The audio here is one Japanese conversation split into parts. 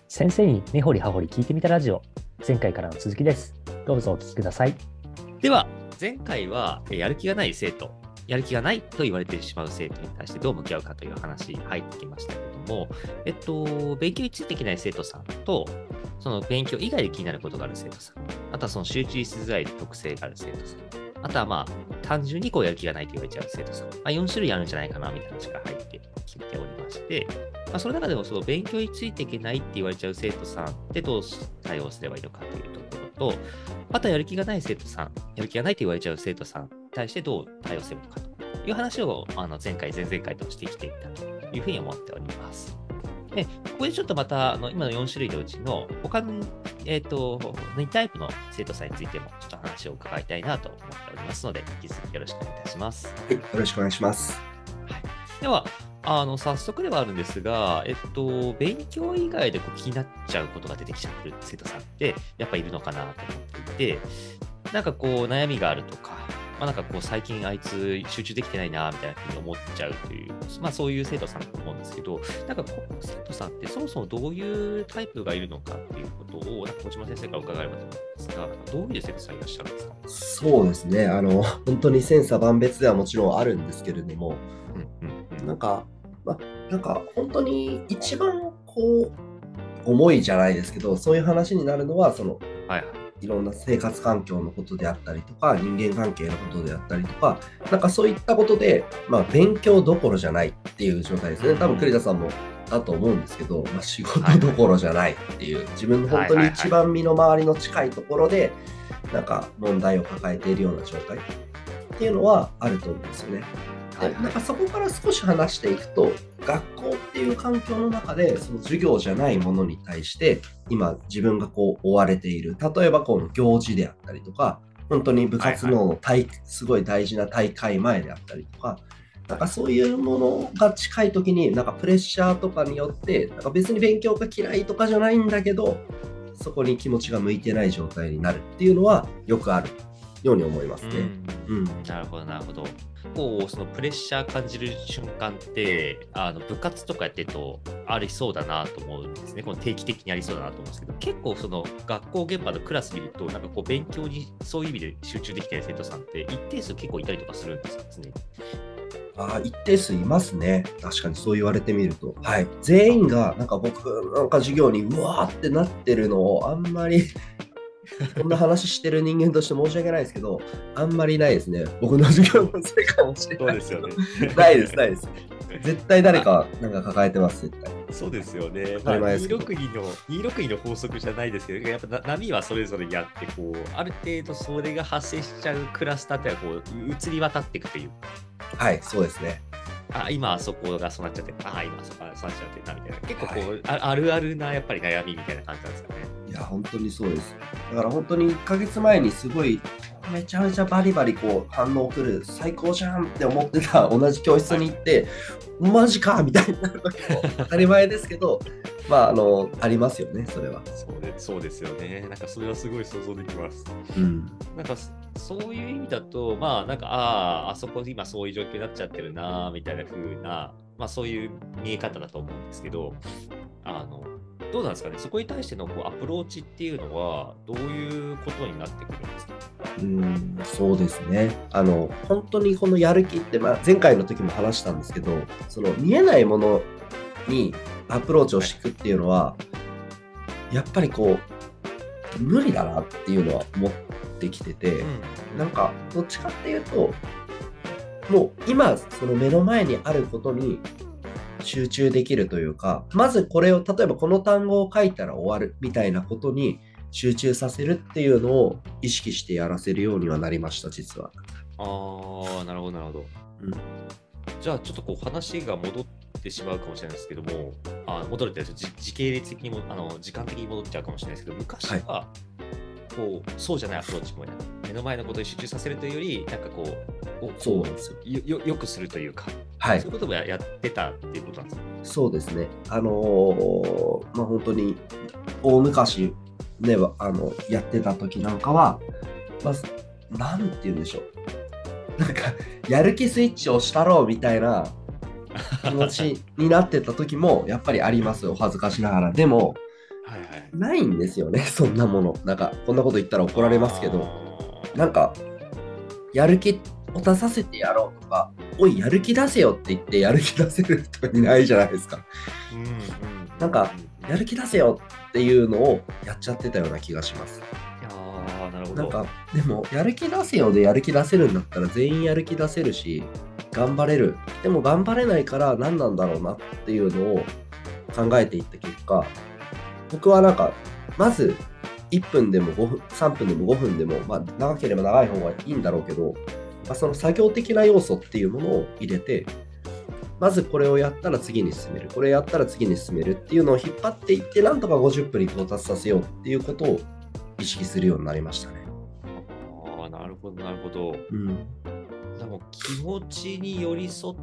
先生に根掘り葉掘り聞いてみたラジオ、前回からの続きです。どうぞお聞きください。 では、前回はやる気がない生徒、やる気がないと言われてしまう生徒に対してどう向き合うかという話入ってきましたけども、勉強についてきない生徒さんと、その勉強以外で気になることがある生徒さん、あとはその集中しづらい特性がある生徒さん、あとは単純にやる気がないと言われちゃう生徒さん、4種類あるんじゃないかなみたいな話が入ってきておりまして、その中でもその勉強についていけないって言われちゃう生徒さんってどう対応すればいいのかというところと、あとはやる気がない生徒さん、やる気がないと言われちゃう生徒さんに対してどう対応するのかという話を前回、前々回としてきていたというふうに思っております。で、ここでちょっとまた今の4種類のうちの他の、2タイプの生徒さんについてもちょっと話を伺いたいなと思っておりますので、引き続きよろしくお願いいたします。 はい、よろしくお願いします。 はい、では、早速ではあるんですが、勉強以外で気になっちゃうことが出てきちゃってる生徒さんってやっぱいるのかなと思っていて、なんか悩みがあるとか、最近あいつ集中できてないなみたいなふうに思っちゃうという、そういう生徒さんだと思うんですけど、この生徒さんってそもそもどういうタイプがいるのかっていうことを、小島先生から伺えればと思うんですが、どういう生徒さんいらっしゃるんですか？ そうですね。本当に千差万別ではもちろんあるんですけれども、本当に一番重いじゃないですけど、そういう話になるのは、 はい、 いろんな生活環境のことであったりとか、人間関係のことであったりとか、そういったことで、勉強どころじゃないっていう状態ですね。多分栗田さんもだと思うんですけど、仕事どころじゃないっていう、自分の本当に一番身の回りの近いところで、問題を抱えているような状態っていうのはあると思うんですよね。でそこから少し話していくと、学校っていう環境の中でその授業じゃないものに対して今自分が追われている、例えば行事であったりとか、本当に部活のすごい大事な大会前であったりとか、そういうものが近い時にプレッシャーとかによって別に勉強が嫌いとかじゃないんだけど、そこに気持ちが向いてない状態になるっていうのはよくあるように思いますね。 なるほど、なるほど。そのプレッシャー感じる瞬間って部活とかやってるとありそうだなと思うんですね。定期的にありそうだなと思うんですけど、結構その学校現場のクラス見ると勉強にそういう意味で集中できている生徒さんって一定数結構いたりとかするんですかね。 一定数いますね。確かにそう言われてみると。はい。全員が僕授業にうわーってなってるのをあんまりこんな話してる人間として申し訳ないですけど、あんまりないですね。僕の授業のせいかもしれない。 そうですよね。 ないです、ないです。絶対誰か抱えてます、絶対。 そうですよね。262の法則じゃないですけど、やっぱ波はそれぞれやってある程度それが発生しちゃうクラスターって移り渡っていくという。 はい、そうですね。 今あそこがそうなっちゃって、今あそこがそうなっちゃってなみたいな。結構あるあるなやっぱり悩みみたいな感じなんですかね。 いや、本当にそうです。だから本当に1ヶ月前にすごいめちゃめちゃバリバリ反応来る、最高じゃんって思ってた同じ教室に行って、マジかみたいになる時も当たり前ですけど、ありますよね、それは。 そうですよね。それはすごい想像できます。そういう意味だと、あそこ今そういう状況になっちゃってるな、みたいな風な、そういう見え方だと思うんですけど、どうなんですかね、そこに対してのアプローチっていうのは、どういうことになってくるんですか？ そうですね。本当にこのやる気って、前回の時も話したんですけど、その見えないものにアプローチをしていくっていうのは、やっぱり無理だなっていうのは思ってきてて、どっちかっていうと、もう今その目の前にあることに集中できるというか、まずこれを、例えばこの単語を書いたら終わるみたいなことに集中させるっていうのを意識してやらせるようにはなりました、実は。 なるほど、なるほど。じゃあちょっと話が戻ってしまうかもしれないですけども、戻るって時系列的にも時間的に戻っちゃうかもしれないですけど、昔はそうじゃないアプローチも目の前のことに集中させるというより、 そうなんですよ。よくするというか、 はい、 そういうこともやってたっていうことなんですか？ そうですね。本当に大昔ね、やってた時なんかは、なんて言うんでしょう。やる気スイッチをしたろうみたいな気持ちになってた時もやっぱりありますよ、恥ずかしながら。でもはいはい。 ないんですよね、そんなもの。なんか、こんなこと言ったら怒られますけど、なんか、やる気を出させてやろうとか、おい、やる気出せよって言ってやる気出せる人いないじゃないですか。 うんうんなんか、やる気出せよっていうのをやっちゃってたような気がします。 なるほど。 なんか、でも、やる気出せよでやる気出せるんだったら全員やる気出せるし、頑張れる。でも頑張れないから何なんだろうなっていうのを考えていった結果、僕はなんか、まず1分でも5分、3分でも5分でも、まあ長ければ長い方がいいんだろうけど、まあ、その作業的な要素っていうものを入れて、まずこれをやったら次に進める、これやったら次に進めるっていうのを引っ張っていって、なんとか50分に到達させようっていうことを意識するようになりましたね。 なるほど、なるほど。 うん。 でも気持ちに寄り添って、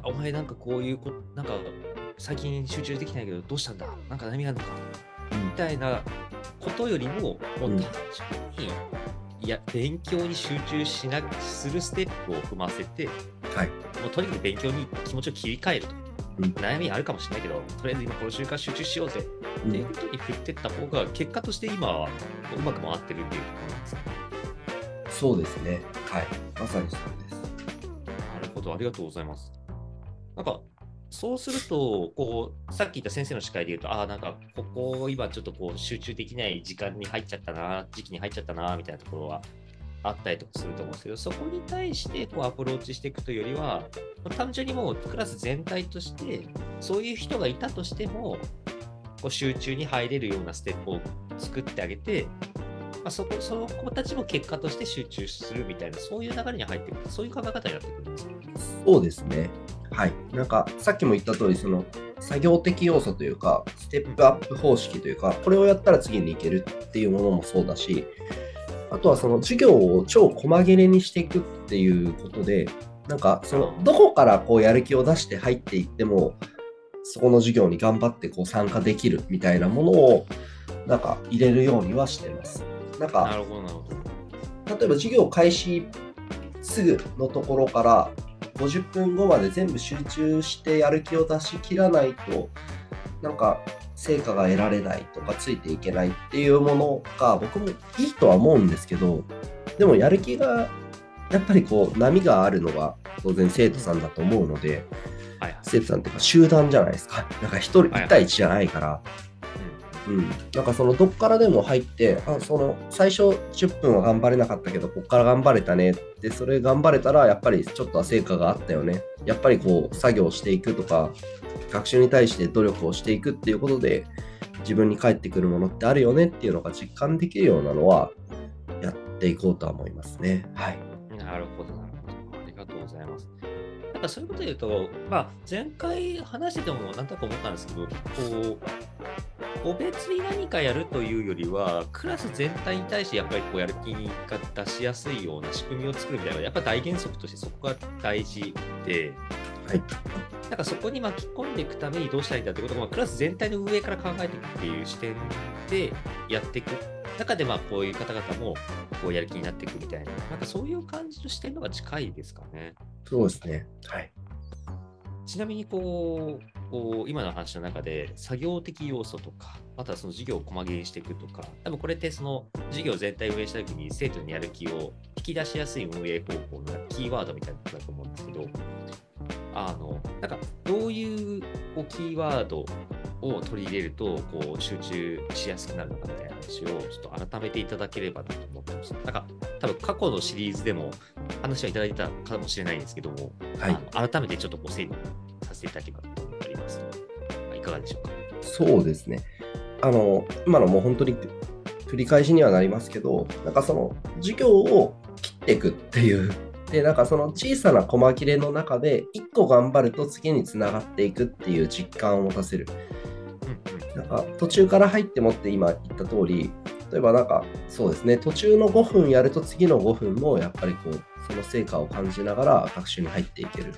お前なんかこういうなんか最近集中できないけどどうしたんだ、なんか悩みあるのか、みたいなことよりも、もう単純に、いや、勉強に集中するステップを踏ませて、 はい。 もうとにかく勉強に気持ちを切り替えると。悩みあるかもしれないけど、とりあえず今この習慣集中しようぜっていうことに振っていった方が、結果として今はうまく回ってるっていうところなんですかね。 そうですね。はい。まさにそうです。 なるほど、ありがとうございます。なんか、そうすると、こう、さっき言った先生の司会で言うと、なんか、ここ今ちょっとこう、集中できない時間に入っちゃったな、時期に入っちゃったな、みたいなところはあったりとかすると思うんですけど、そこに対してこうアプローチしていくというよりは、単純にもうクラス全体として、そういう人がいたとしても、こう集中に入れるようなステップを作ってあげて、その子たちも結果として集中するみたいな、そういう流れに入ってくる、そういう考え方になってくるんですか？ そうですね。はい。なんか、さっきも言った通り、その、作業的要素というか、ステップアップ方式というか、これをやったら次に行けるっていうものもそうだし、あとはその授業を超細切れにしていくっていうことで、なんか、その、どこからこうやる気を出して入っていっても、そこの授業に頑張ってこう参加できるみたいなものを、なんか入れるようにはしてます。なんか、 なるほど、なるほど。 例えば授業開始すぐのところから50分後まで全部集中してやる気を出し切らないと、なんか成果が得られないとかついていけないっていうものが僕もいいとは思うんですけど、でもやる気がやっぱりこう波があるのは当然生徒さんだと思うので、生徒さんっていうか集団じゃないですか。なんか一人1対1じゃないから、なんかそのどっからでも入って、その最初10分は頑張れなかったけど、こっから頑張れたねって、それ頑張れたらやっぱりちょっとは成果があったよね。やっぱりこう作業していくとか、学習に対して努力をしていくっていうことで、自分に返ってくるものってあるよねっていうのが実感できるようなのは、やっていこうとは思いますね。はい。 なるほど、なるほど。ありがとうございます。なんかそういうことで言うと、前回話しててもなんとなく思ったんですけど、個別に何かやるというよりは、クラス全体に対してやっぱりこうやる気が出しやすいような仕組みを作るみたいなのが、やっぱ大原則としてそこが大事で、 はい。 なんかそこに巻き込んでいくためにどうしたらいいんだってことを、クラス全体の運営から考えていくっていう視点でやっていく中で、こういう方々もこうやる気になっていくみたいな、なんかそういう感じの視点の方が近いですかね。 そうですね。はい。 ちなみに今の話の中で作業的要素とか、あとはその授業を細切れにしていくとか、多分これってその授業全体を運営したときに生徒にやる気を引き出しやすい運営方法のキーワードみたいなことだと思うんですけど、なんかどういうキーワードを取り入れると集中しやすくなるのかみたいな話をちょっと改めていただければなと思ってます。なんか多分過去のシリーズでも話はいただいたかもしれないんですけども、 はい、 改めてちょっと整理させていただければと思っております。いかがでしょうか。 そうですね。今のもう本当に繰り返しにはなりますけど、なんかその授業を切っていくっていう。で、なんかその小さな細切れの中で1個頑張ると次につながっていくっていう実感を持たせる。なんか途中から入ってもって今言った通り、例えばなんかそうですね、途中の5分やると次の5分もやっぱりこう、その成果を感じながら学習に入っていける。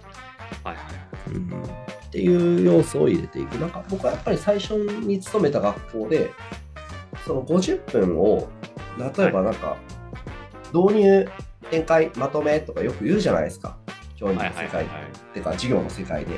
っていう要素を入れていく。なんか僕はやっぱり最初に勤めた学校で、その50分を、例えばなんか、導入、展開、まとめとかよく言うじゃないですか。教育の世界ってか、授業の世界で。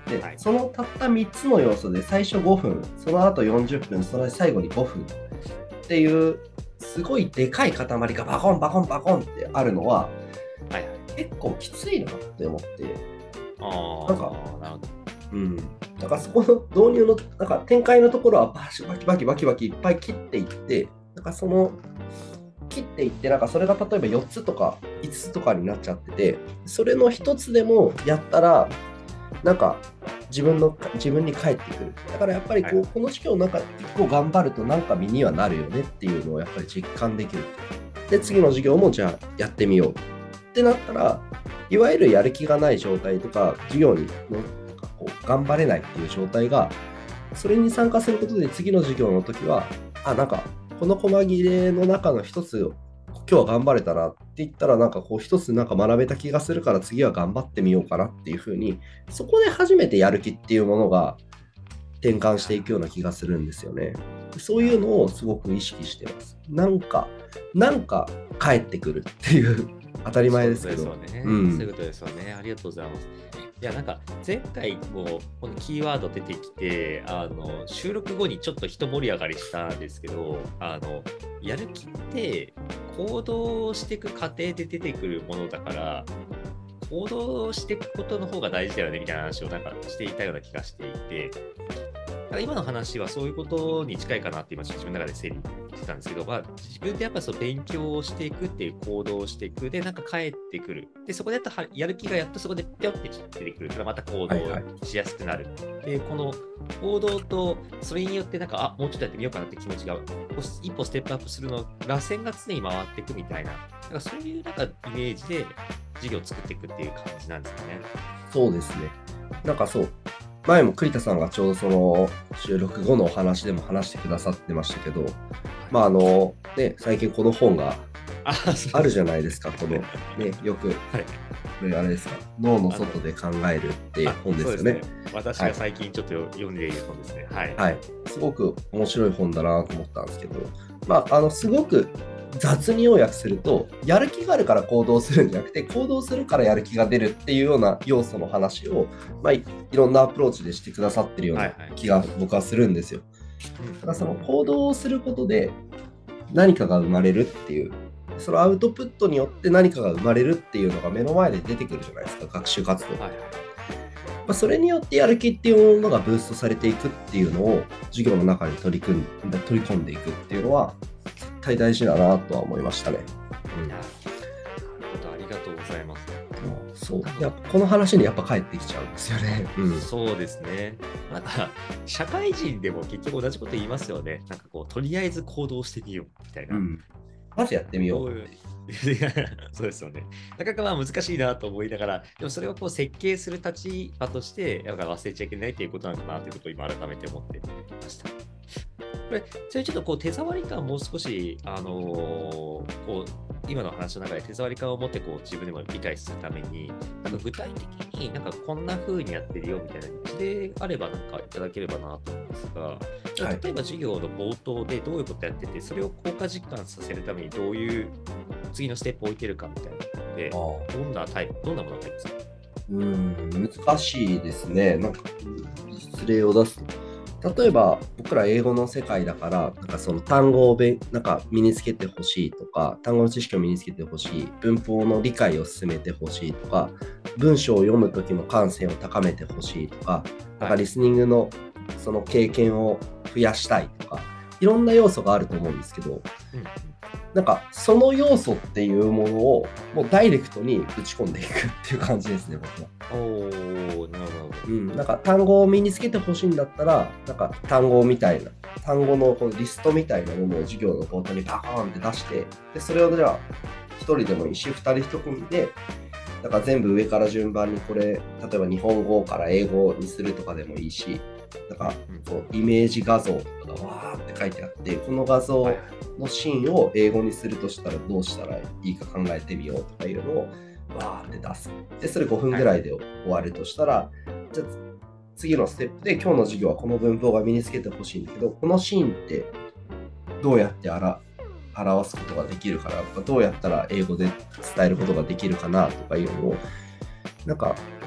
で、 はいそのたった3つの要素で最初5分、その後40分、その最後に5分っていうすごいでかい塊がバコンバコンバコンってあるのははいはい。 結構きついなって思って、 ああ、 なんかなるほど。 だからそこの導入のなんか展開のところはバキバキバキバキいっぱい切っていって、なんかその切っていってなんかそれが例えば4つとか5つとかになっちゃってて、それの1つでもやったらなんか自分に返ってくる。だからやっぱりこう、 はいこの授業なんか1個頑張るとなんか身にはなるよねっていうのをやっぱり実感できる。で次の授業もじゃあやってみようってなったら、いわゆるやる気がない状態とか授業にこう頑張れないっていう状態が、それに参加することで次の授業の時はなんかこの細切れの中の一つ今日は頑張れたなって言ったら、なんかこう一つなんか学べた気がするから次は頑張ってみようかなっていう風に、そこで初めてやる気っていうものが転換していくような気がするんですよね。そういうのをすごく意識してます。なんか帰ってくるっていう当たり前ですけど。 そういうことですよね。そういうことですよね。ありがとうございます。いや、なんか前回このキーワード出てきて、収録後にちょっと一盛り上がりしたんですけど、やる気って行動していく過程で出てくるものだから、行動していくことの方が大事だよねみたいな話をなんかしていたような気がしていて、だから今の話はそういうことに近いかなって今自分の中で整理してたんですけど、自分でやっぱそう勉強をしていくっていう行動をしていく、でなんか帰ってくる、でそこでやる気がやっとそこでピョって出てくるからまた行動しやすくなる、でこの行動とそれによってなんかもうちょっとやってみようかなって気持ちが一歩ステップアップするの螺旋が常に回っていくみたいな、なんかそういうなんかイメージで授業を作っていくっていう感じなんですかね。 そうですね。なんかそう前も栗田さんがちょうどその収録後のお話でも話してくださってましたけど、最近この本があるじゃないですか、このね、よく、これあれですか、脳の外で考えるっていう本ですよね。 私が最近ちょっと読んでいる本ですね。はい。 すごく面白い本だなと思ったんですけど、すごく雑に要約すると、やる気があるから行動するんじゃなくて、行動するからやる気が出るっていうような要素の話を、いろんなアプローチでしてくださってるような気が僕はするんですよ。だからその行動をすることで何かが生まれるっていう、そのアウトプットによって何かが生まれるっていうのが目の前で出てくるじゃないですか、学習活動。それによってやる気っていうものがブーストされていくっていうのを授業の中に取り込んでいくっていうのは絶対大事だなとは思いましたね。 なるほど、ありがとうございます。 そうこの話にやっぱ返ってきちゃうんですよね。 そうですね。なんか社会人でも結局同じこと言いますよね。なんかこうとりあえず行動してみようみたいな。 まずやってみよう。 そうですよね。なかなか難しいなと思いながら、でもそれをこう設計する立場として、やっぱ忘れちゃいけないっていうことなのかなということを今改めて思っていました。これ、それちょっとこう手触り感もう少し、こう今の話の中で手触り感を持ってこう自分でも理解するために、なんか具体的になんかこんな風にやってるよみたいな一例あればなんかいただければなと思うんですが、例えば授業の冒頭でどういうことやってて、それを効果実感させるためにどういう次のステップを置いてるかみたいなので、どんなものがありますか？ 難しいですね。なんか実例を出すと、例えば僕ら英語の世界だから、なんかその単語をなんか身につけてほしいとか、単語の知識を身につけてほしい、文法の理解を進めてほしいとか、文章を読む時の感性を高めてほしいとか、なんかリスニングのその経験を増やしたいとか、いろんな要素があると思うんですけど、なんかその要素っていうものをもうダイレクトに打ち込んでいくっていう感じですね、僕は。 なるほど。 なんか単語を身につけてほしいんだったら、なんか単語みたいな、単語のこのリストみたいなものを授業の冒頭にバーンって出して、でそれをじゃあ1人でもいいし、2人1組で、だから全部上から順番にこれ、例えば日本語から英語にするとかでもいいし、なんかこうイメージ画像とかわーって書いてあって、この画像のシーンを英語にするとしたらどうしたらいいか考えてみようとかいうのをわーって出す。で、それ5分ぐらいで終わるとしたら、じゃあ次のステップで今日の授業はこの文法が身につけてほしいんだけど、このシーンってどうやって表すことができるかなとか、どうやったら英語で伝えることができるかなとかいうのを、なんか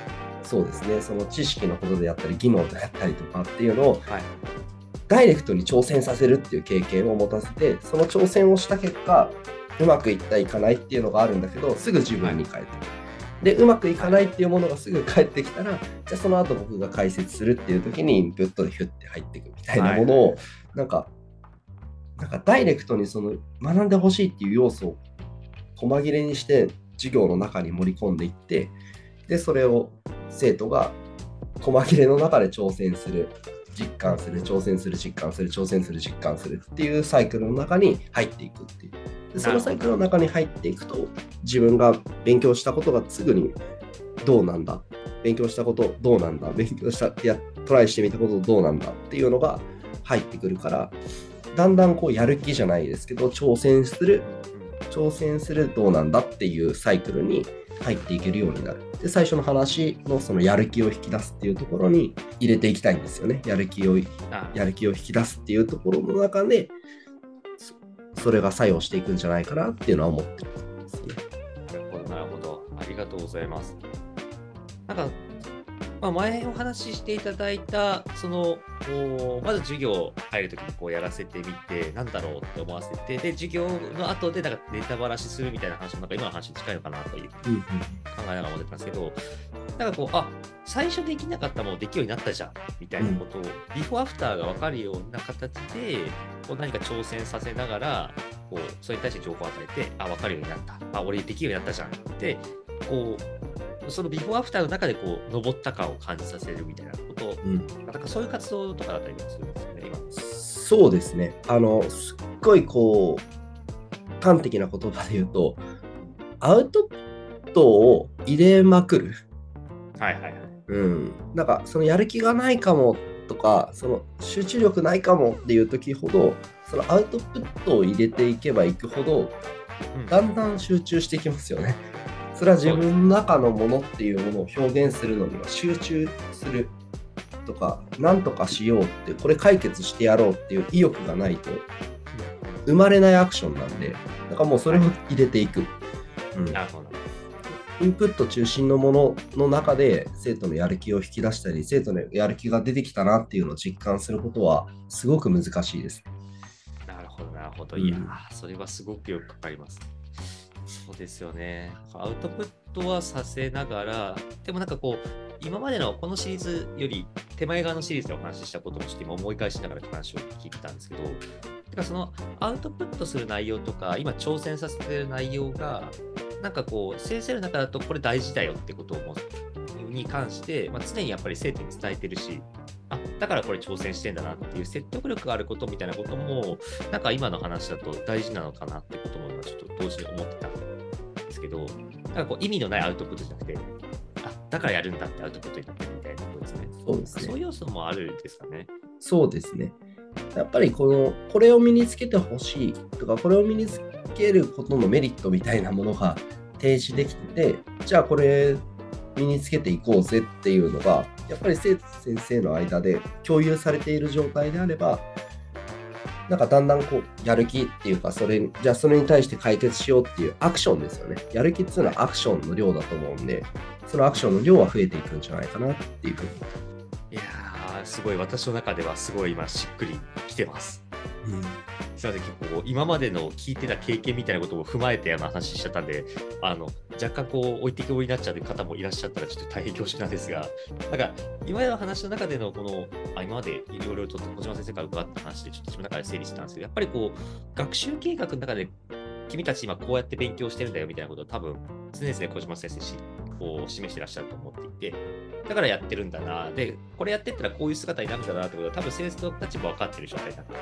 そうですね、その知識のことであったり、技能であったりとかっていうのを、 はい。 ダイレクトに挑戦させるっていう経験を持たせて、その挑戦をした結果、うまくいったいかないっていうのがあるんだけど、すぐ自分に返ってくる。で、うまくいかないっていうものがすぐ返ってきたら、じゃあその後僕が解説するっていう時にインプットでヒュッて入っていくみたいなものを、なんかダイレクトにその学んでほしいっていう要素を細切れにして授業の中に盛り込んでいって、で、それを生徒が細切れの中で挑戦する。実感する、挑戦する、実感する、挑戦する、実感するっていうサイクルの中に入っていくっていう。でそのサイクルの中に入っていくと、自分が勉強したことがすぐにどうなんだ、勉強したことどうなんだ、勉強したトライしてみたことどうなんだっていうのが入ってくるから、だんだんこうやる気じゃないですけど、挑戦するどうなんだっていうサイクルに入っていけるようになる。で、最初の話のそのやる気を引き出すっていうところに入れていきたいんですよね。やる気を引き出すっていうところの中で、それが作用していくんじゃないかなっていうのは思ってるんですね。 なるほど、なるほど。ありがとうございます。なんか、前お話ししていただいた、まず授業入るときにこうやらせてみて、なんだろうって思わせて、で、授業の後でなんかネタばらしするみたいな話も、なんか今の話に近いのかなという考えながら思ってたんですけど、なんかこう、最初できなかったものできるようになったじゃん、みたいなことを、ビフォーアフターが分かるような形で、こう何か挑戦させながら、こう、それに対して情報を与えて、分かるようになった。俺できるようになったじゃんって、こう、そのビフォーアフターの中でこう登った感を感じさせるみたいなことを、なんかそういう活動とかだったりもするんですよね、今。 そうですね。すっごいこう、端的な言葉で言うと、アウトプットを入れまくる。 はいはいはい。 なんかそのやる気がないかもとか、その集中力ないかもっていう時ほど、そのアウトプットを入れていけばいくほど、だんだん集中していきますよね。それは自分の中のものっていうものを表現するのには集中するとか、なんとかしようって、これ解決してやろうっていう意欲がないと生まれないアクションなんで、だからもうそれを入れていく。 なるほど。 インプット中心のものの中で生徒のやる気を引き出したり、生徒のやる気が出てきたなっていうのを実感することはすごく難しいです。 なるほど、なるほど。いや、それはすごくよくわかります。そうですよね。アウトプットはさせながら、でもなんかこう、今までのこのシリーズより手前側のシリーズでお話ししたこともして今思い返しながら話を聞いてたんですけど、てかそのアウトプットする内容とか、今挑戦させてる内容が、なんかこう、先生の中だとこれ大事だよってことをに関して、常にやっぱり生徒に伝えてるし、だからこれ挑戦してんだなっていう説得力があることみたいなことも、なんか今の話だと大事なのかなってことも今ちょっと同時に思ってたんですけど、なんかこう意味のないアウトプットじゃなくて、だからやるんだってアウトプットになってるみたいなことですね。 そうですね。 そういう要素もあるんですかね。 そうですね。やっぱりこれを身につけてほしいとか、これを身につけることのメリットみたいなものが提示できてて、じゃあこれ身につけていこうぜっていうのが、やっぱり生徒先生の間で共有されている状態であれば、なんかだんだんこうやる気っていうか、じゃあそれに対して解決しようっていうアクションですよね。やる気っていうのはアクションの量だと思うんで、そのアクションの量は増えていくんじゃないかなっていうふうに。 いやー、すごい私の中ではすごい今しっくりきてます。すみません、結構今までの聞いてた経験みたいなことを踏まえて話しちゃったんで、若干こう置いてけぼりになっちゃう方もいらっしゃったらちょっと大変恐縮なんですが、なんか今までの話の中でのこの今までいろいろと小島先生から伺った話でちょっと自分の中で整理してたんですけど、やっぱりこう学習計画の中で君たち今こうやって勉強してるんだよみたいなことを多分常々小島先生こう示してらっしゃると思っていて、だからやってるんだな、でこれやってったらこういう姿になるんだなってことは多分生徒たちも分かってる状態だった。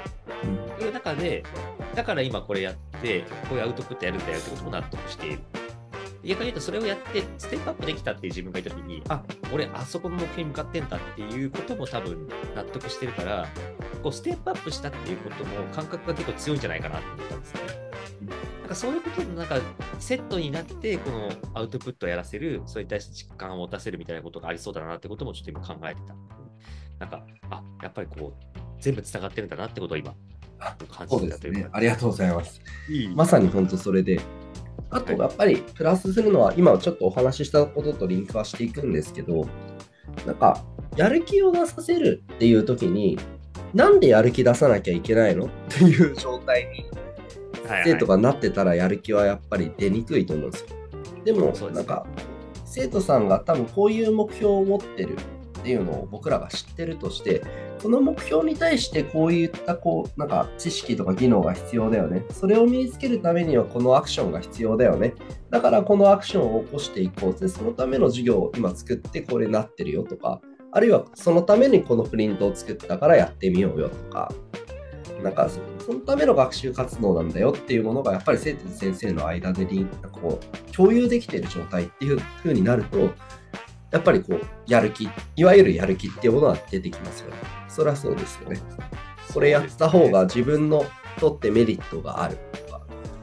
という中で、だから今これやって、こういうアウトプットやるんだよってことも納得している。逆に言うと、それをやって、ステップアップできたっていう自分がいたときに、俺、あそこの目標に向かってんだっていうことも多分納得してるから、こうステップアップしたっていうことも感覚が結構強いんじゃないかなと思ったんですよね。なんかそういうことのなんかセットになって、このアウトプットをやらせる、それに対して実感を持たせるみたいなことがありそうだなってこともちょっと今考えてた。なんか、やっぱりこう、全部つながってるんだなってことを今、感じてたというか。 ありがとうございます。まさに本当それで、あとやっぱりプラスするのは、今ちょっとお話ししたこととリンクはしていくんですけど、 なんか、やる気を出させるっていう時に、なんでやる気出さなきゃいけないのっていう状態に生徒がなってたらやる気はやっぱり出にくいと思うんですよ。でも、なんか、生徒さんが多分こういう目標を持ってるっていうのを僕らが知ってるとして、この目標に対してこういったなんか知識とか技能が必要だよね。それを身につけるためにはこのアクションが必要だよね。だからこのアクションを起こしていこうぜ。そのための授業を今作ってこれになってるよとか、あるいはそのためにこのプリントを作ったからやってみようよとか、なんかそのための学習活動なんだよっていうものがやっぱり生徒と先生の間でこう共有できている状態っていう風になると、やっぱりこうやる気、いわゆるやる気っていうものは出てきますよね。そりゃそうですよね。これやった方が自分のとってメリットがあるとか、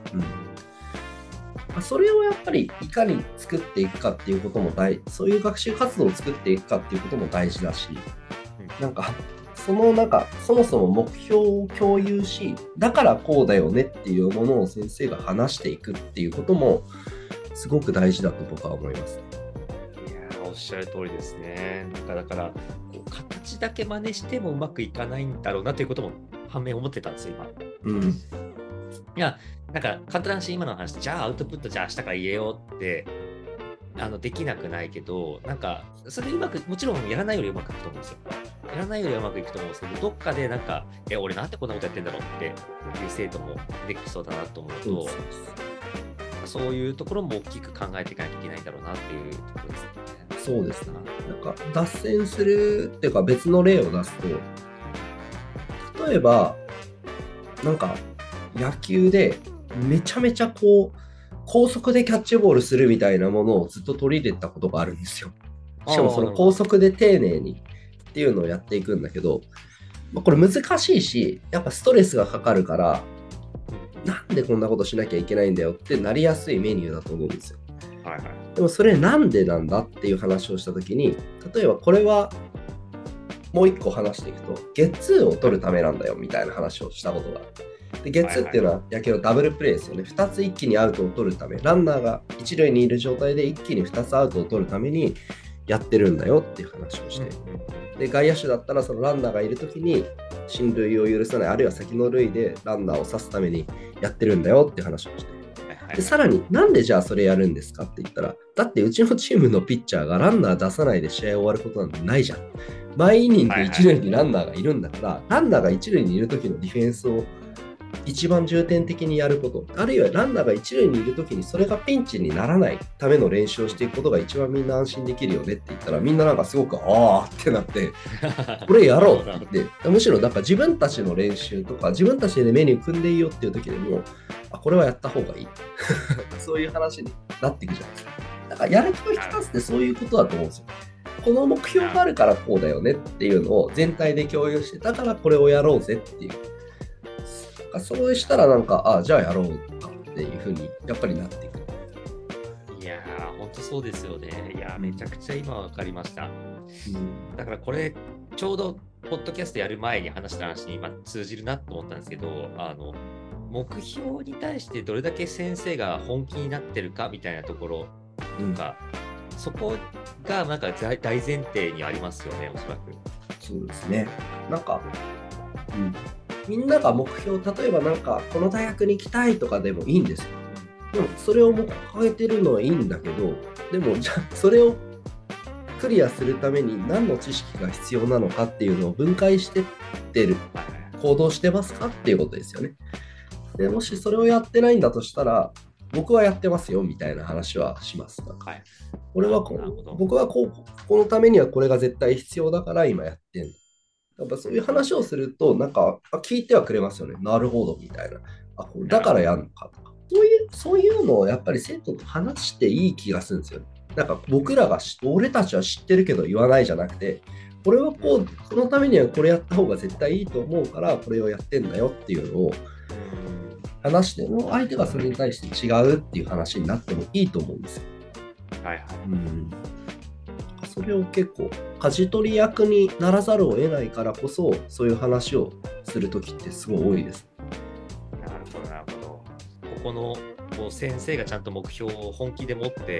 それをやっぱりいかに作っていくかっていうこともそういう学習活動を作っていくかっていうことも大事だし、なんかそもそも目標を共有し、だからこうだよねっていうものを先生が話していくっていうこともすごく大事だと僕は思います。 いや、おっしゃる通りですね。だからこう形だけ真似してもうまくいかないんだろうなということも反面思ってたんですよ、今。いや、なんか簡単な話、今の話で、じゃあアウトプットじゃあ明日から言えようってできなくないけど、なんかそれうまく、もちろんやらないよりうまくいくと思うんですよ。やらないよりうまくいくと思うんですけど、どっかでなんか、俺なんでこんなことやってんだろうっていう生徒も出てきそうだなと思うと、そういうところも大きく考えていかなきゃいけないんだろうなっていうところですね。 そうですね。なんか脱線するっていうか別の例を出すと、例えばなんか野球でめちゃめちゃこう高速でキャッチボールするみたいなものをずっと取り入れたことがあるんですよ。しかもその高速で丁寧にっていうのをやっていくんだけど、これ難しいし、やっぱストレスがかかるから、なんでこんなことしなきゃいけないんだよってなりやすいメニューだと思うんですよ。でもそれなんでなんだっていう話をしたときに、例えばこれはもう一個話していくと、ゲッツーを取るためなんだよみたいな話をしたことがある。でゲッツーっていうのは野球のダブルプレーですよね。2つ一気にアウトを取るため、ランナーが一塁にいる状態で一気に2つアウトを取るためにやってるんだよっていう話をして、で外野手だったらそのランナーがいるときに進塁を許さない、あるいは先の塁でランナーを刺すためにやってるんだよっていう話をして、でさらになんでじゃあそれやるんですかって言ったら、だってうちのチームのピッチャーがランナー出さないで試合終わることなんてないじゃん。毎イニング一塁にランナーがいるんだから、ランナーが一塁にいる時のディフェンスを一番重点的にやること、あるいはランナーが一塁にいる時にそれがピンチにならないための練習をしていくことが一番みんな安心できるよねって言ったら、みんななんかすごくあーってなってこれやろうって言って、むしろなんか自分たちの練習とか自分たちでメニュー組んでいいよっていう時でも、これはやった方がいいそういう話になっていくじゃないですか。だからやる気を引き出すってそういうことだと思うんですよ。この目標があるからこうだよねっていうのを全体で共有して、だからこれをやろうぜっていう。そうしたらなんか、じゃあやろうかっていうふうにやっぱりなっていく。 いやー、本当そうですよね。いやめちゃくちゃ今分かりました。だからこれ、ちょうどポッドキャストやる前に話した話に今通じるなと思ったんですけど、目標に対してどれだけ先生が本気になってるかみたいなところとか、そこがなんか大前提にありますよね、おそらく。 そうですね。なんか、みんなが目標、例えばなんかこの大学に行きたいとかでもいいんですよ。でもそれを掲げてるのはいいんだけど、でもじゃあそれをクリアするために何の知識が必要なのかっていうのを分解してってる、行動してますかっていうことですよね。でもしそれをやってないんだとしたら、僕はやってますよみたいな話はします。俺は僕はこのためにはこれが絶対必要だから今やってんの。やっぱそういう話をすると、なんか聞いてはくれますよね。なるほどみたいな。だからやるのかとか。そういうのをやっぱり生徒と話していい気がするんですよね。なんか俺たちは知ってるけど言わないじゃなくて、これはこのためにはこれやった方が絶対いいと思うから、これをやってんだよっていうのを話しても、相手がそれに対して違うっていう話になってもいいと思うんですよ。それを結構舵取り役にならざるを得ないからこそ、そういう話をするときってすごい多いです。 なるほど、なるほど。ここの先生がちゃんと目標を本気で持って、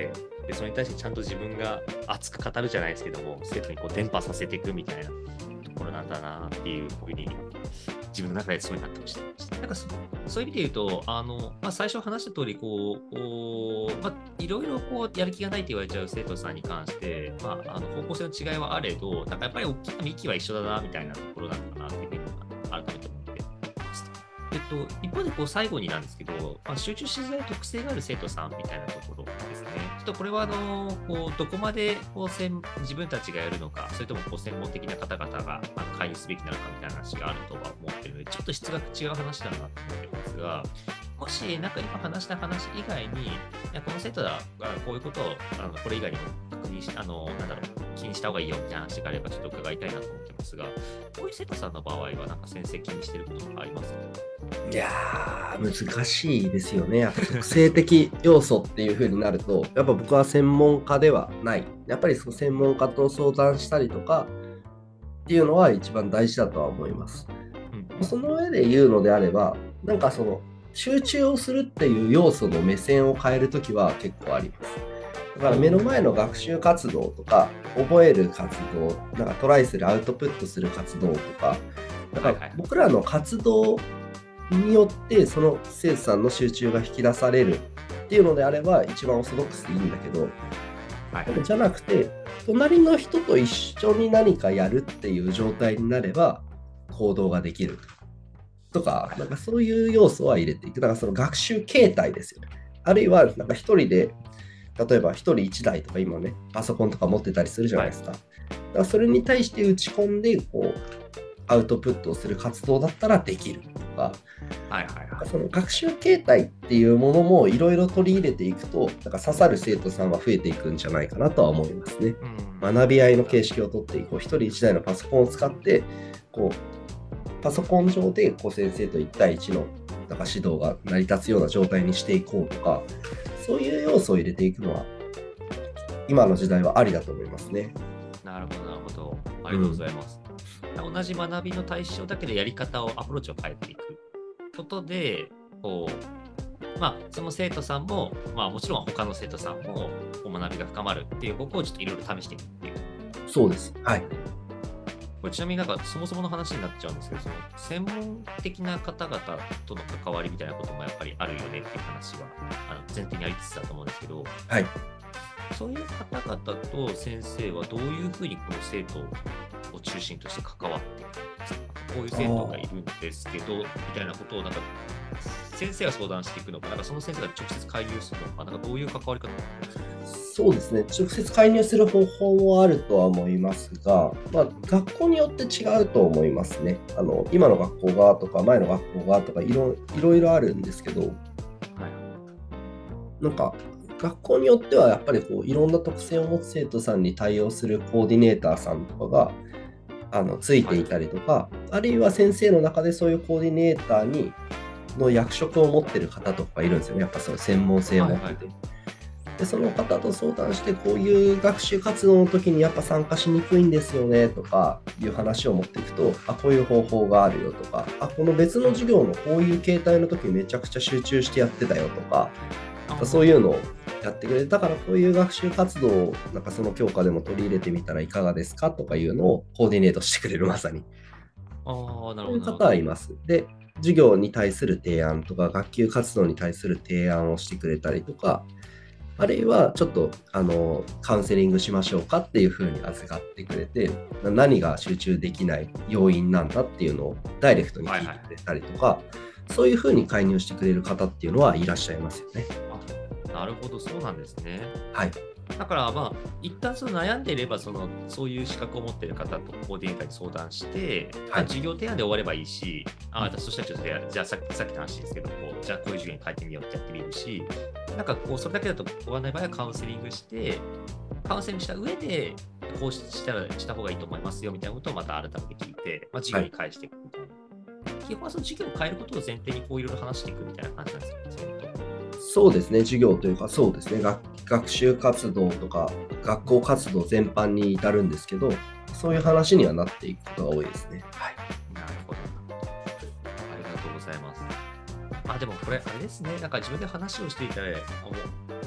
で、それに対してちゃんと自分が熱く語るじゃないですけども、生徒にこう伝播させていくみたいなところなんだなっていうふうに、自分の中ですごいなってました。なんかそういう意味で言うと、最初話した通り、いろいろやる気がないと言われちゃう生徒さんに関して、方向性の違いはあれど、なんかやっぱり大きな幹は一緒だなみたいなところなのかなっていうふうに改めて思ってます。一方で最後になんですけど、集中しづらい特性がある生徒さんみたいなところですね。ちょっとこれはどこまで自分たちがやるのか、それとも専門的な方々が介入すべきなのかみたいな話があるとは思っているので、ちょっと質が違う話だなと思っていますが、もしなんか今話した話以外に、いやこの生徒はこういうことをこれ以外にも確認し気にした方がいいよみたいな話があればちょっと伺いたいなと思ってますが、こういう生徒さんの場合はなんか先生気にしてることとかありますか？ いやー、難しいですよね。やっぱ特性的要素っていう風になると、やっぱ僕は専門家ではない。やっぱりその専門家と相談したりとかっていうのは一番大事だとは思います。その上で言うのであれば、なんかその集中をするっていう要素の目線を変えるときは結構あります。だから目の前の学習活動とか、覚える活動、なんかトライする、アウトプットする活動とか、だから僕らの活動によってその生徒さんの集中が引き出されるっていうのであれば一番オーソドックスでいいんだけど、じゃなくて隣の人と一緒に何かやるっていう状態になれば行動ができるとか、なんかそういう要素は入れていく。だからその学習形態ですよね。あるいはなんか一人で、例えば一人一台とか今ね、パソコンとか持ってたりするじゃないですか。だからそれに対して打ち込んでアウトプットをする活動だったらできるとか、その学習形態っていうものもいろいろ取り入れていくと、なんか刺さる生徒さんは増えていくんじゃないかなとは思いますね。学び合いの形式をとって一人一台のパソコンを使ってパソコン上で先生と1対1のなんか指導が成り立つような状態にしていこうとか、そういう要素を入れていくのは今の時代はありだと思いますね。 なるほど、なるほど。ありがとうございます。同じ学びの対象だけでやり方をアプローチを変えていくことで、その生徒さんも、もちろん他の生徒さんも学びが深まるっていう方向をちょっといろいろ試していくっていう。 そうです。はい。 これちなみになんかそもそもの話になっちゃうんですけど、その専門的な方々との関わりみたいなこともやっぱりあるよねっていう話は前提にありつつだと思うんですけど、 はい。 そういう方々と先生はどういうふうにこの生徒を中心として関わっていくんですか？こういう生徒がいるんですけどみたいなことをなんか先生が相談していくのか、なんかその先生が直接介入するのか、なんかどういう関わり方なんですか？ そうですね。直接介入する方法もあるとは思いますが、学校によって違うと思いますね。今の学校がとか前の学校がとかいろいろあるんですけど、なんか学校によってはやっぱりいろんな特性を持つ生徒さんに対応するコーディネーターさんとかがついていたりとか、あるいは先生の中でそういうコーディネーターの役職を持ってる方とかいるんですよね。やっぱその専門性を持ってて。でその方と相談してこういう学習活動の時にやっぱ参加しにくいんですよねとかいう話を持っていくと、こういう方法があるよとか、この別の授業のこういう形態の時めちゃくちゃ集中してやってたよとか、そういうのをやってくれる。だからこういう学習活動をなんかその教科でも取り入れてみたらいかがですかとかいうのをコーディネートしてくれる、まさに。そういう方はいます。で、授業に対する提案とか学級活動に対する提案をしてくれたりとか、あるいはちょっとカウンセリングしましょうかっていうふうに預かってくれて、何が集中できない要因なんだっていうのをダイレクトに聞いてくれたりとか、そういうふうに介入してくれる方っていうのはいらっしゃいますよね。 なるほど、そうなんですね。 はい。 だから一旦悩んでいればそういう資格を持っている方とコーディネーターに相談して、授業提案で終わればいいし、そしたらちょっとじゃあさっきの話ですけどじゃあこういう授業に変えてみようってやってみるし、なんかそれだけだと終わらない場合はカウンセリングした上でこうした方がいいと思いますよみたいなことをまた改めて聞いて、授業に返していくみたいな。基本はその授業を変えることを前提にいろいろ話していくみたいな感じなんですかね。 そうですね、授業というか、そうですね、学習活動とか学校活動全般に至るんですけど、そういう話にはなっていくことが多いですね。 はい。なるほど。ありがとうございます。でもこれ、あれですね、なんか自分で話をしていたら、なんか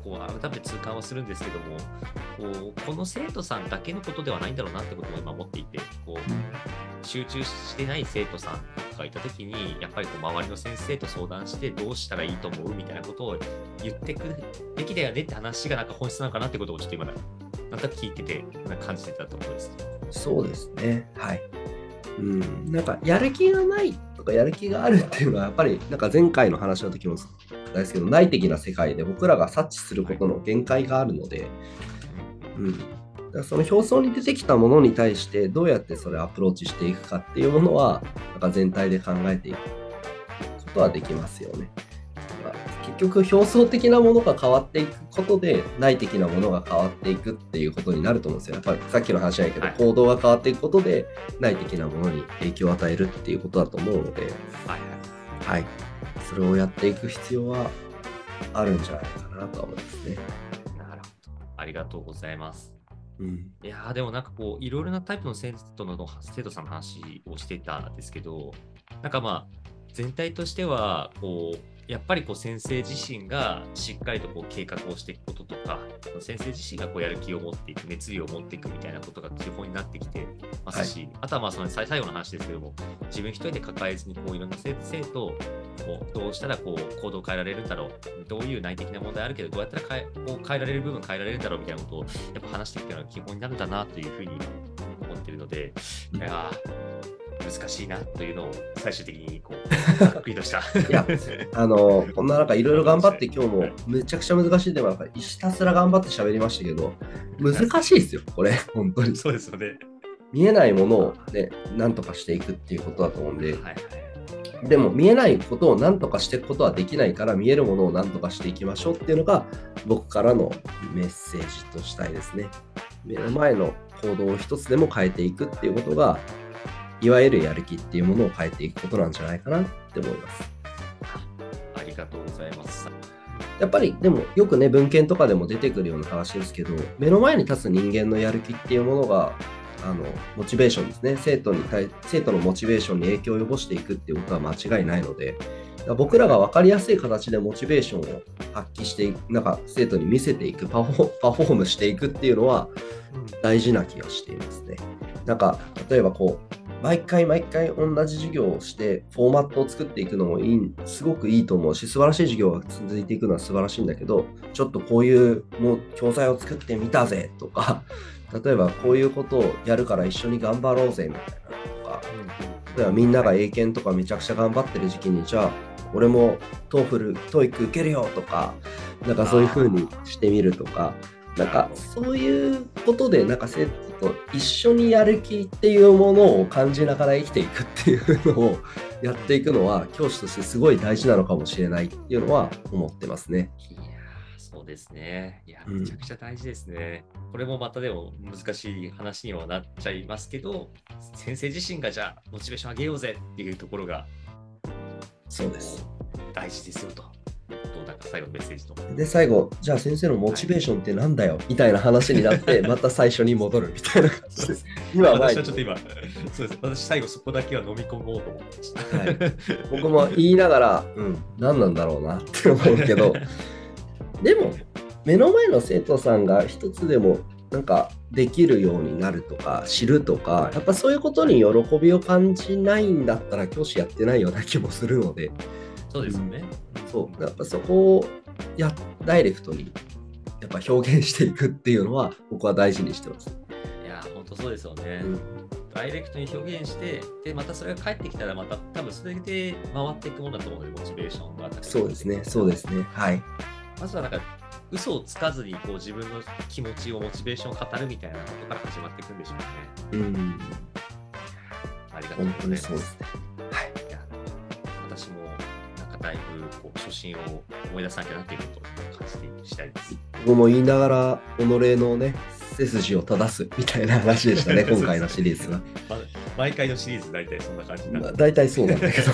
こう改めて痛感をするんですけども、この生徒さんだけのことではないんだろうなってことを今思っていて、集中してない生徒さんがいたときに、やっぱり周りの先生と相談してどうしたらいいと思うみたいなことを言ってくべきだよねって話がなんか本質なのかなってことをちょっと今なんか聞いてて感じてたところです。 そうですね。はい。なんかやる気がないとかやる気があるっていうのはやっぱりなんか前回の話の時もですけど、内的な世界で僕らが察知することの限界があるので、だからその表層に出てきたものに対してどうやってそれをアプローチしていくかっていうものはなんか全体で考えていくことはできますよね。結局表層的なものが変わっていくことで内的なものが変わっていくっていうことになると思うんですよ。やっぱりさっきの話じゃないけど、行動が変わっていくことで内的なものに影響を与えるっていうことだと思うので、はい、それをやっていく必要はあるんじゃないかなと思いますね。 なるほど、ありがとうございます。いやーでもなんかこういろいろなタイプの生徒さんの話をしていたんですけど、なんかまあ全体としてはこうやっぱりこう先生自身がしっかりとこう計画をしていくこととか、先生自身がこうやる気を持っていく、熱量を持っていくみたいなことが基本になってきてますし、あとはまあその最後の話ですけども、自分一人で抱えずにこういろんな生徒をどうしたらこう行動を変えられるんだろう、どういう内的な問題あるけどどうやったら変えられる部分変えられるんだろうみたいなことをやっぱ話していくのが基本になるんだなというふうに思っているので、いや難しいなというのを最終的にこうざっくりとしたいやこんななんかいろいろ頑張って今日もめちゃくちゃ難しいでもやっぱりひたすら頑張って喋りましたけど、難しいですよこれ本当に。 そうですよね。 見えないものをねなんとかしていくっていうことだと思うんで、でも見えないことを何とかしていくことはできないから、見えるものを何とかしていきましょうっていうのが僕からのメッセージとしたいですね。目の前の行動を一つでも変えていくっていうことが、いわゆるやる気っていうものを変えていくことなんじゃないかなって思います。 ありがとうございます。 やっぱりでもよくね文献とかでも出てくるような話ですけど、目の前に立つ人間のやる気っていうものがモチベーションですね。生徒のモチベーションに影響を及ぼしていくっていうことは間違いないので、僕らが分かりやすい形でモチベーションを発揮していく、なんか生徒に見せていく、パフォームしていくっていうのは大事な気がしていますね。なんか例えばこう毎回同じ授業をしてフォーマットを作っていくのもすごくいいと思うし、素晴らしい授業が続いていくのは素晴らしいんだけど、ちょっとこういうもう教材を作ってみたぜとか、例えばこういうことをやるから一緒に頑張ろうぜみたいなとか、例えばみんなが英検とかめちゃくちゃ頑張ってる時期に、じゃあ俺もTOEIC受けるよとか、なんかそういう風にしてみるとか、なんかそういうことでなんか生徒と一緒にやる気っていうものを感じながら生きていくっていうのをやっていくのは教師としてすごい大事なのかもしれないっていうのは思ってますね。 いやそうですね。いやめちゃくちゃ大事ですね。これもまたでも難しい話にはなっちゃいますけど、先生自身がじゃあモチベーション上げようぜっていうところがそうです大事ですよと。なんか最後のメッセージと。 で最後、じゃあ先生のモチベーションってなんだよ、みたいな話になってまた最初に戻るみたいな感じです。 私はちょっと今そうです。私最後そこだけは飲み込もうと思ってました。 はい、僕も言いながら、何なんだろうなって思うけど、でも目の前の生徒さんが一つでもなんかできるようになるとか知るとか、やっぱそういうことに喜びを感じないんだったら教師やってないような気もするので。 そうですよね。 そうやっぱそこをダイレクトにやっぱ表現していくっていうのは僕は大事にしてます。 いや本当そうですよね。ダイレクトに表現して、でまたそれが返ってきたらまた多分それで回っていくものだと思うので、モチベーションがそうですね。そうですね。はい。 まずはなんか嘘をつかずにこう自分の気持ちをモチベーションを語るみたいなことから始まっていくんでしょうね。ありがとうございます。 本当にそうですね。はい。 私もなんかだいぶこう初心を思い出さなきゃなっていうことを感じている次第です。 僕も言いながら己のね背筋を正すみたいな話でしたね今回のシリーズは。 毎回のシリーズ大体そんな感じになる。 大体そうなんだけど。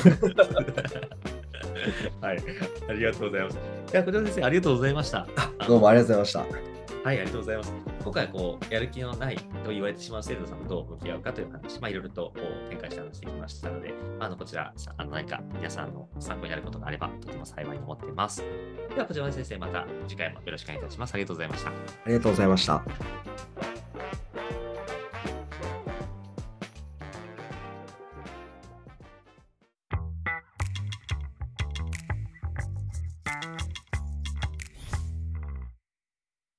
はい、ありがとうございます。いや、小島先生、ありがとうございました。 どうもありがとうございました。 はい、ありがとうございます。今回はこうやる気のないと言われてしまう生徒さんとどう向き合うかという話、いろいろとこう展開して話してきましたので、 こちら、何か皆さんの参考になることがあれば、とても幸いに思っています。では、こちらの先生、また次回もよろしくお願いいたします。ありがとうございました。 ありがとうございました。